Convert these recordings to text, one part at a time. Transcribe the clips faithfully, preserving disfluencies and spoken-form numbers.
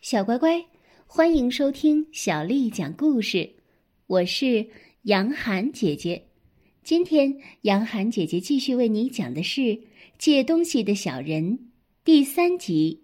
小乖乖，欢迎收听小丽讲故事，我是杨涵姐姐。今天杨涵姐姐继续为你讲的是《借东西的小人》第三集。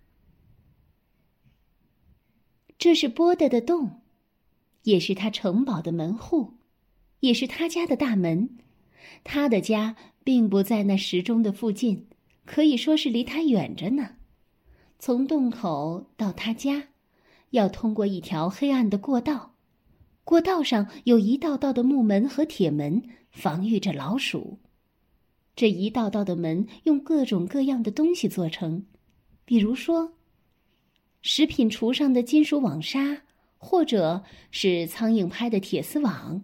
这是波德的洞，也是他城堡的门户，也是他家的大门。他的家并不在那时钟的附近，可以说是离他远着呢。从洞口到他家，要通过一条黑暗的过道，过道上有一道道的木门和铁门，防御着老鼠。这一道道的门用各种各样的东西做成，比如说食品橱上的金属网纱，或者是苍蝇拍的铁丝网。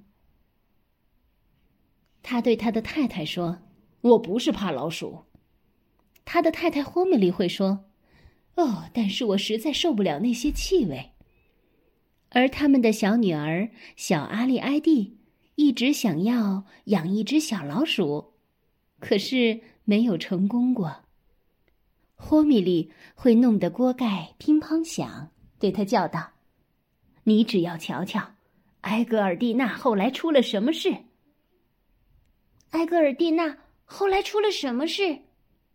他对他的太太说：“我不是怕老鼠。”他的太太霍米莉会说：“哦，但是我实在受不了那些气味。”而他们的小女儿小阿丽埃蒂一直想要养一只小老鼠，可是没有成功过。霍米莉会弄得锅盖乒乓响，对他叫道：“你只要瞧瞧，埃格尔蒂娜后来出了什么事？” 埃格尔蒂娜后来出了什么事？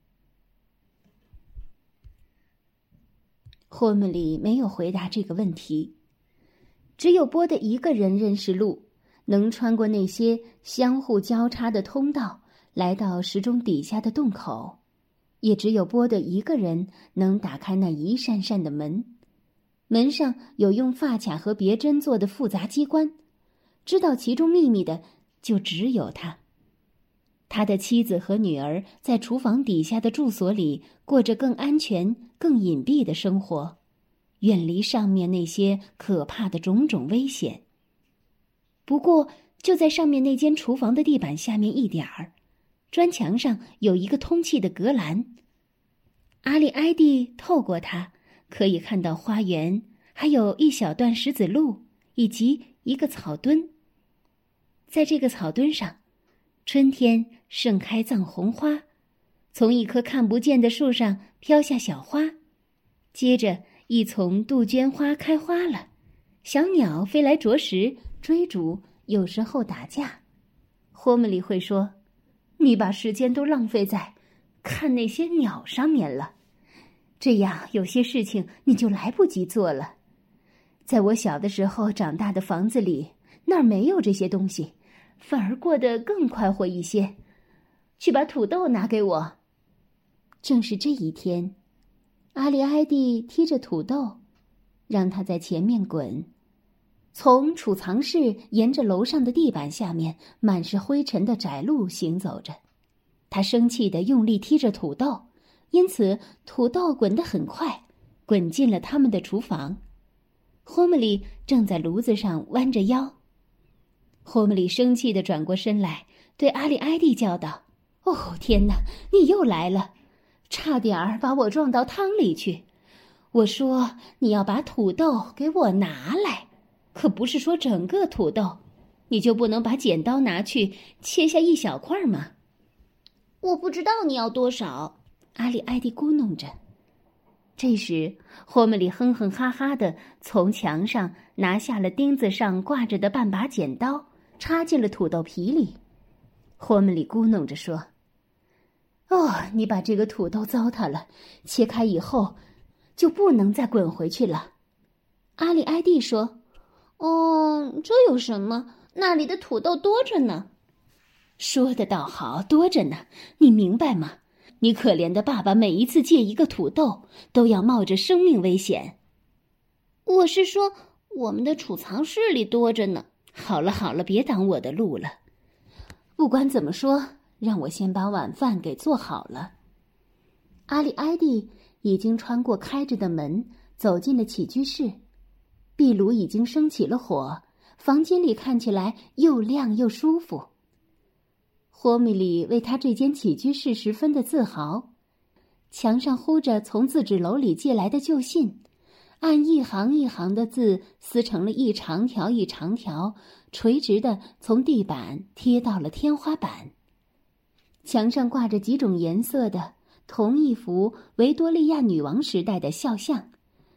霍米莉没有回答这个问题。只有波德一个人认识路，能穿过那些相互交叉的通道，来到时钟底下的洞口。也只有波德一个人能打开那一扇扇的门，门上有用发卡和别针做的复杂机关，知道其中秘密的就只有他。他的妻子和女儿在厨房底下的住所里过着更安全、更隐蔽的生活，远离上面那些可怕的种种危险。不过，就在上面那间厨房的地板下面一点儿，砖墙上有一个通气的隔栏。阿丽埃蒂透过它，可以看到花园，还有一小段石子路，以及一个草墩。在这个草墩上，春天盛开藏红花，从一棵看不见的树上飘下小花，接着一丛杜鹃花开花了，小鸟飞来啄食、追逐，有时候打架。霍米莉会说：“你把时间都浪费在看那些鸟上面了，这样有些事情你就来不及做了。在我小的时候长大的房子里，那儿没有这些东西，反而过得更快活一些。去把土豆拿给我。”正是这一天，阿丽埃蒂踢着土豆，让它在前面滚，从储藏室沿着楼上的地板下面满是灰尘的窄路行走着。他生气地用力踢着土豆，因此土豆滚得很快，滚进了他们的厨房。霍米莉正在炉子上弯着腰。霍米莉生气地转过身来，对阿丽埃蒂叫道：“哦，天哪，你又来了！差点儿把我撞到汤里去。我说你要把土豆给我拿来，可不是说整个土豆，你就不能把剪刀拿去切下一小块吗？”“ 我不知道你要多少。” 阿丽埃蒂咕哝着。这时，霍米莉哼哼哈哈地从墙上拿下了钉子上挂着的半把剪刀，插进了土豆皮里。霍米莉咕哝着说：“哦，你把这个土豆糟蹋了，切开以后就不能再滚回去了。”阿丽埃蒂说：“ 哦，这有什么？那里的土豆多着呢。”“ 说的倒好，多着呢，你明白吗？你可怜的爸爸每一次借一个土豆，都要冒着生命危险。”“ 我是说，我们的储藏室里多着呢。”“ 好了好了，别挡我的路了。不管怎么说，让我先把晚饭给做好了。”阿丽埃蒂已经穿过开着的门，走进了起居室。壁炉已经升起了火，房间里看起来又亮又舒服。霍米莉为他这间起居室十分的自豪。墙上糊着从自治楼里借来的旧信，按一行一行的字撕成了一长条一长条，垂直的从地板贴到了天花板。墙上挂着几种颜色的同一幅维多利亚女王时代的肖像，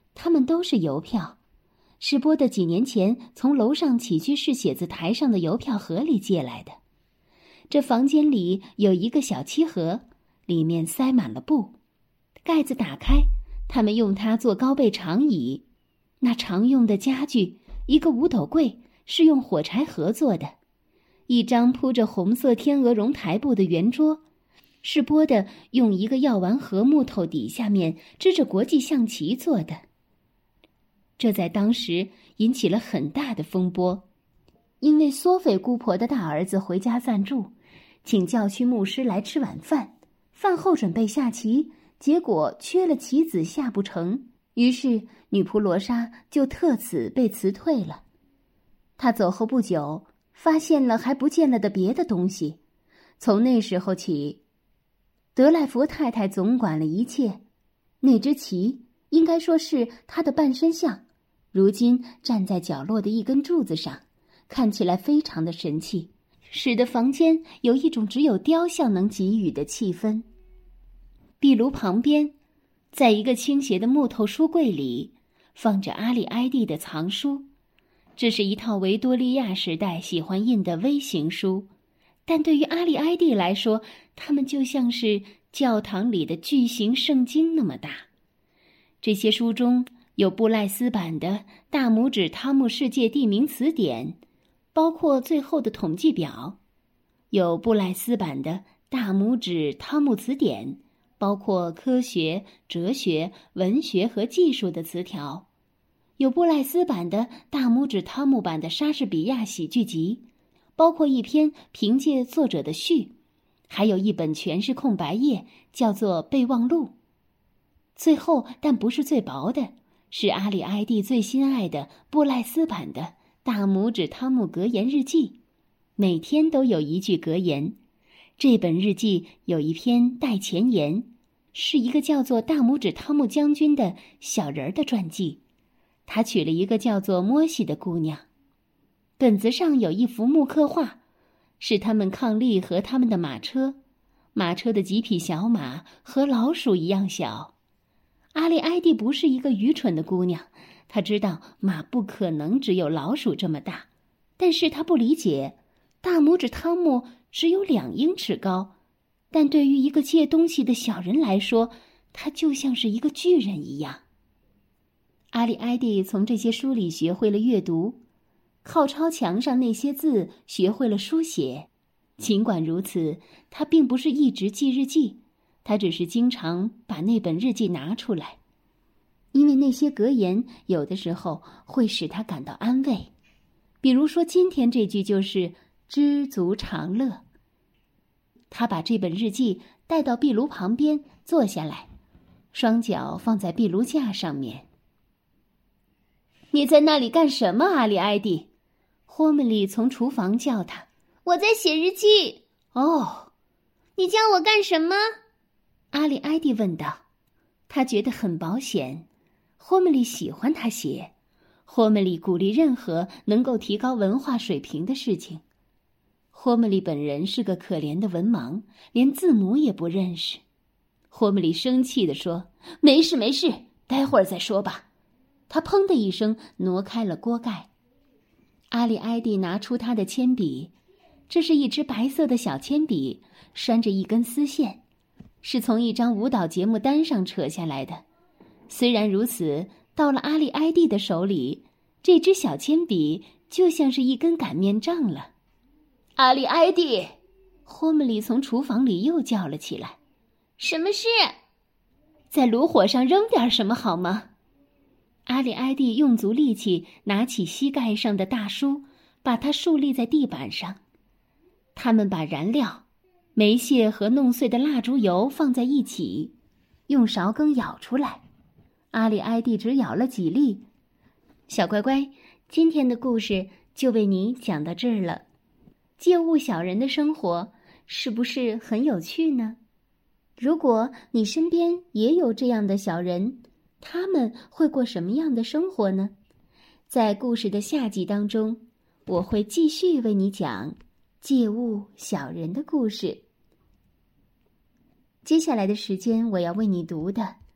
它们都是邮票，是波德几年前从楼上起居室写字台上的邮票盒里借来的。这房间里有一个小漆盒，里面塞满了布，盖子打开，他们用它做高背长椅。那常用的家具，一个五斗柜，是用火柴盒做的；一张铺着红色天鹅绒台布的圆桌，是波的用一个药丸盒木头底下面支着国际象棋做的。这在当时引起了很大的风波，因为索菲姑婆的大儿子回家暂住，请教区牧师来吃晚饭，饭后准备下棋，结果缺了棋子下不成，于是女仆罗莎就特此被辞退了。她走后不久，发现了还不见了的别的东西。从那时候起，德赖佛太太总管了一切。那只棋应该说是她的半身像，如今站在角落的一根柱子上，看起来非常的神气，使得房间有一种只有雕像能给予的气氛。壁炉旁边，在一个倾斜的木头书柜里，放着阿里埃蒂的藏书。这是一套维多利亚时代喜欢印的微型书，但对于阿里埃蒂来说，它们就像是教堂里的巨型圣经那么大。这些书中有布赖斯版的大拇指汤姆世界地名词典，包括最后的统计表；有布赖斯版的大拇指汤姆词典，包括科学、哲学、文学和技术的词条；有布赖斯版的大拇指汤姆版的莎士比亚喜剧集，包括一篇凭借作者的序，还有一本全是空白页，叫做备忘录。最后但不是最薄的，是阿里埃蒂最心爱的布赖斯版的大拇指汤姆格言日记，每天都有一句格言。这本日记有一篇带前言，是一个叫做大拇指汤姆将军的小人的传记，他娶了一个叫做莫西的姑娘。本子上有一幅木刻画，是他们伉俪和他们的马车，马车的几匹小马和老鼠一样小。阿里埃蒂不是一个愚蠢的姑娘，她知道马不可能只有老鼠这么大，但是她不理解，大拇指汤姆只有两英尺高，但对于一个借东西的小人来说，他就像是一个巨人一样。阿里埃蒂从这些书里学会了阅读，靠抄墙上那些字学会了书写。尽管如此，他并不是一直记日记，他只是经常把那本日记拿出来，因为那些格言有的时候会使他感到安慰。比如说今天这句就是知足常乐。他把这本日记带到壁炉旁边坐下来，双脚放在壁炉架上面。你在那里干什么，阿里埃蒂？霍姆里从厨房叫他。 我在写日记。 哦， 你叫我干什么？ 阿里埃蒂问道。他觉得很保险，霍姆里喜欢他写，霍姆里鼓励任何能够提高文化水平的事情。霍姆里本人是个可怜的文盲，连字母也不认识。霍姆里生气地说：没事没事，待会儿再说吧。他砰的一声挪开了锅盖。阿里埃蒂拿出他的铅笔，这是一支白色的小铅笔，拴着一根丝线，是从一张舞蹈节目单上扯下来的。虽然如此，到了阿里埃蒂的手里，这支小铅笔就像是一根擀面杖了。阿里埃蒂，霍姆里从厨房里又叫了起来。 什么事？ 在炉火上扔点什么好吗？阿里埃蒂用足力气拿起膝盖上的大书，把它竖立在地板上。他们把燃料、煤屑和弄碎的蜡烛油放在一起，用勺羹舀出来。阿里埃蒂只舀了几粒。小乖乖，今天的故事就为你讲到这儿了。借物小人的生活是不是很有趣呢？如果你身边也有这样的小人，他们会过什么样的生活呢？在故事的下集当中，我会继续为你讲借物小人的故事。接下来的时间我要为你读的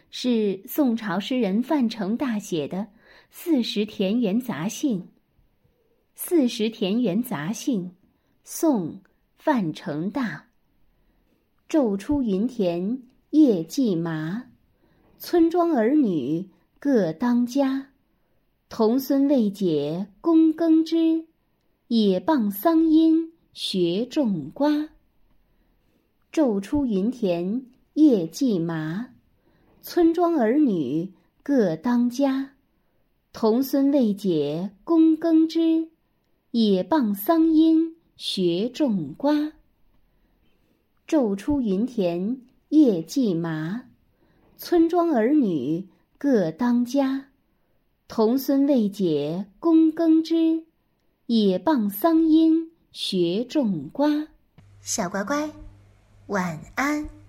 是宋朝诗人范成大写的《四时田园杂兴》。《四时田园杂兴》，宋·范成大。昼出耘田夜绩麻，村庄儿女各当家。童孙未解供耕织，也傍桑阴学种瓜。昼出耘田夜绩麻，村庄儿女各当家。童孙未解供耕织，也傍桑阴学种瓜。昼出耘田夜绩麻，村庄儿女各当家。童孙未解供耕织，也傍桑阴学种瓜。 小乖乖，晚安。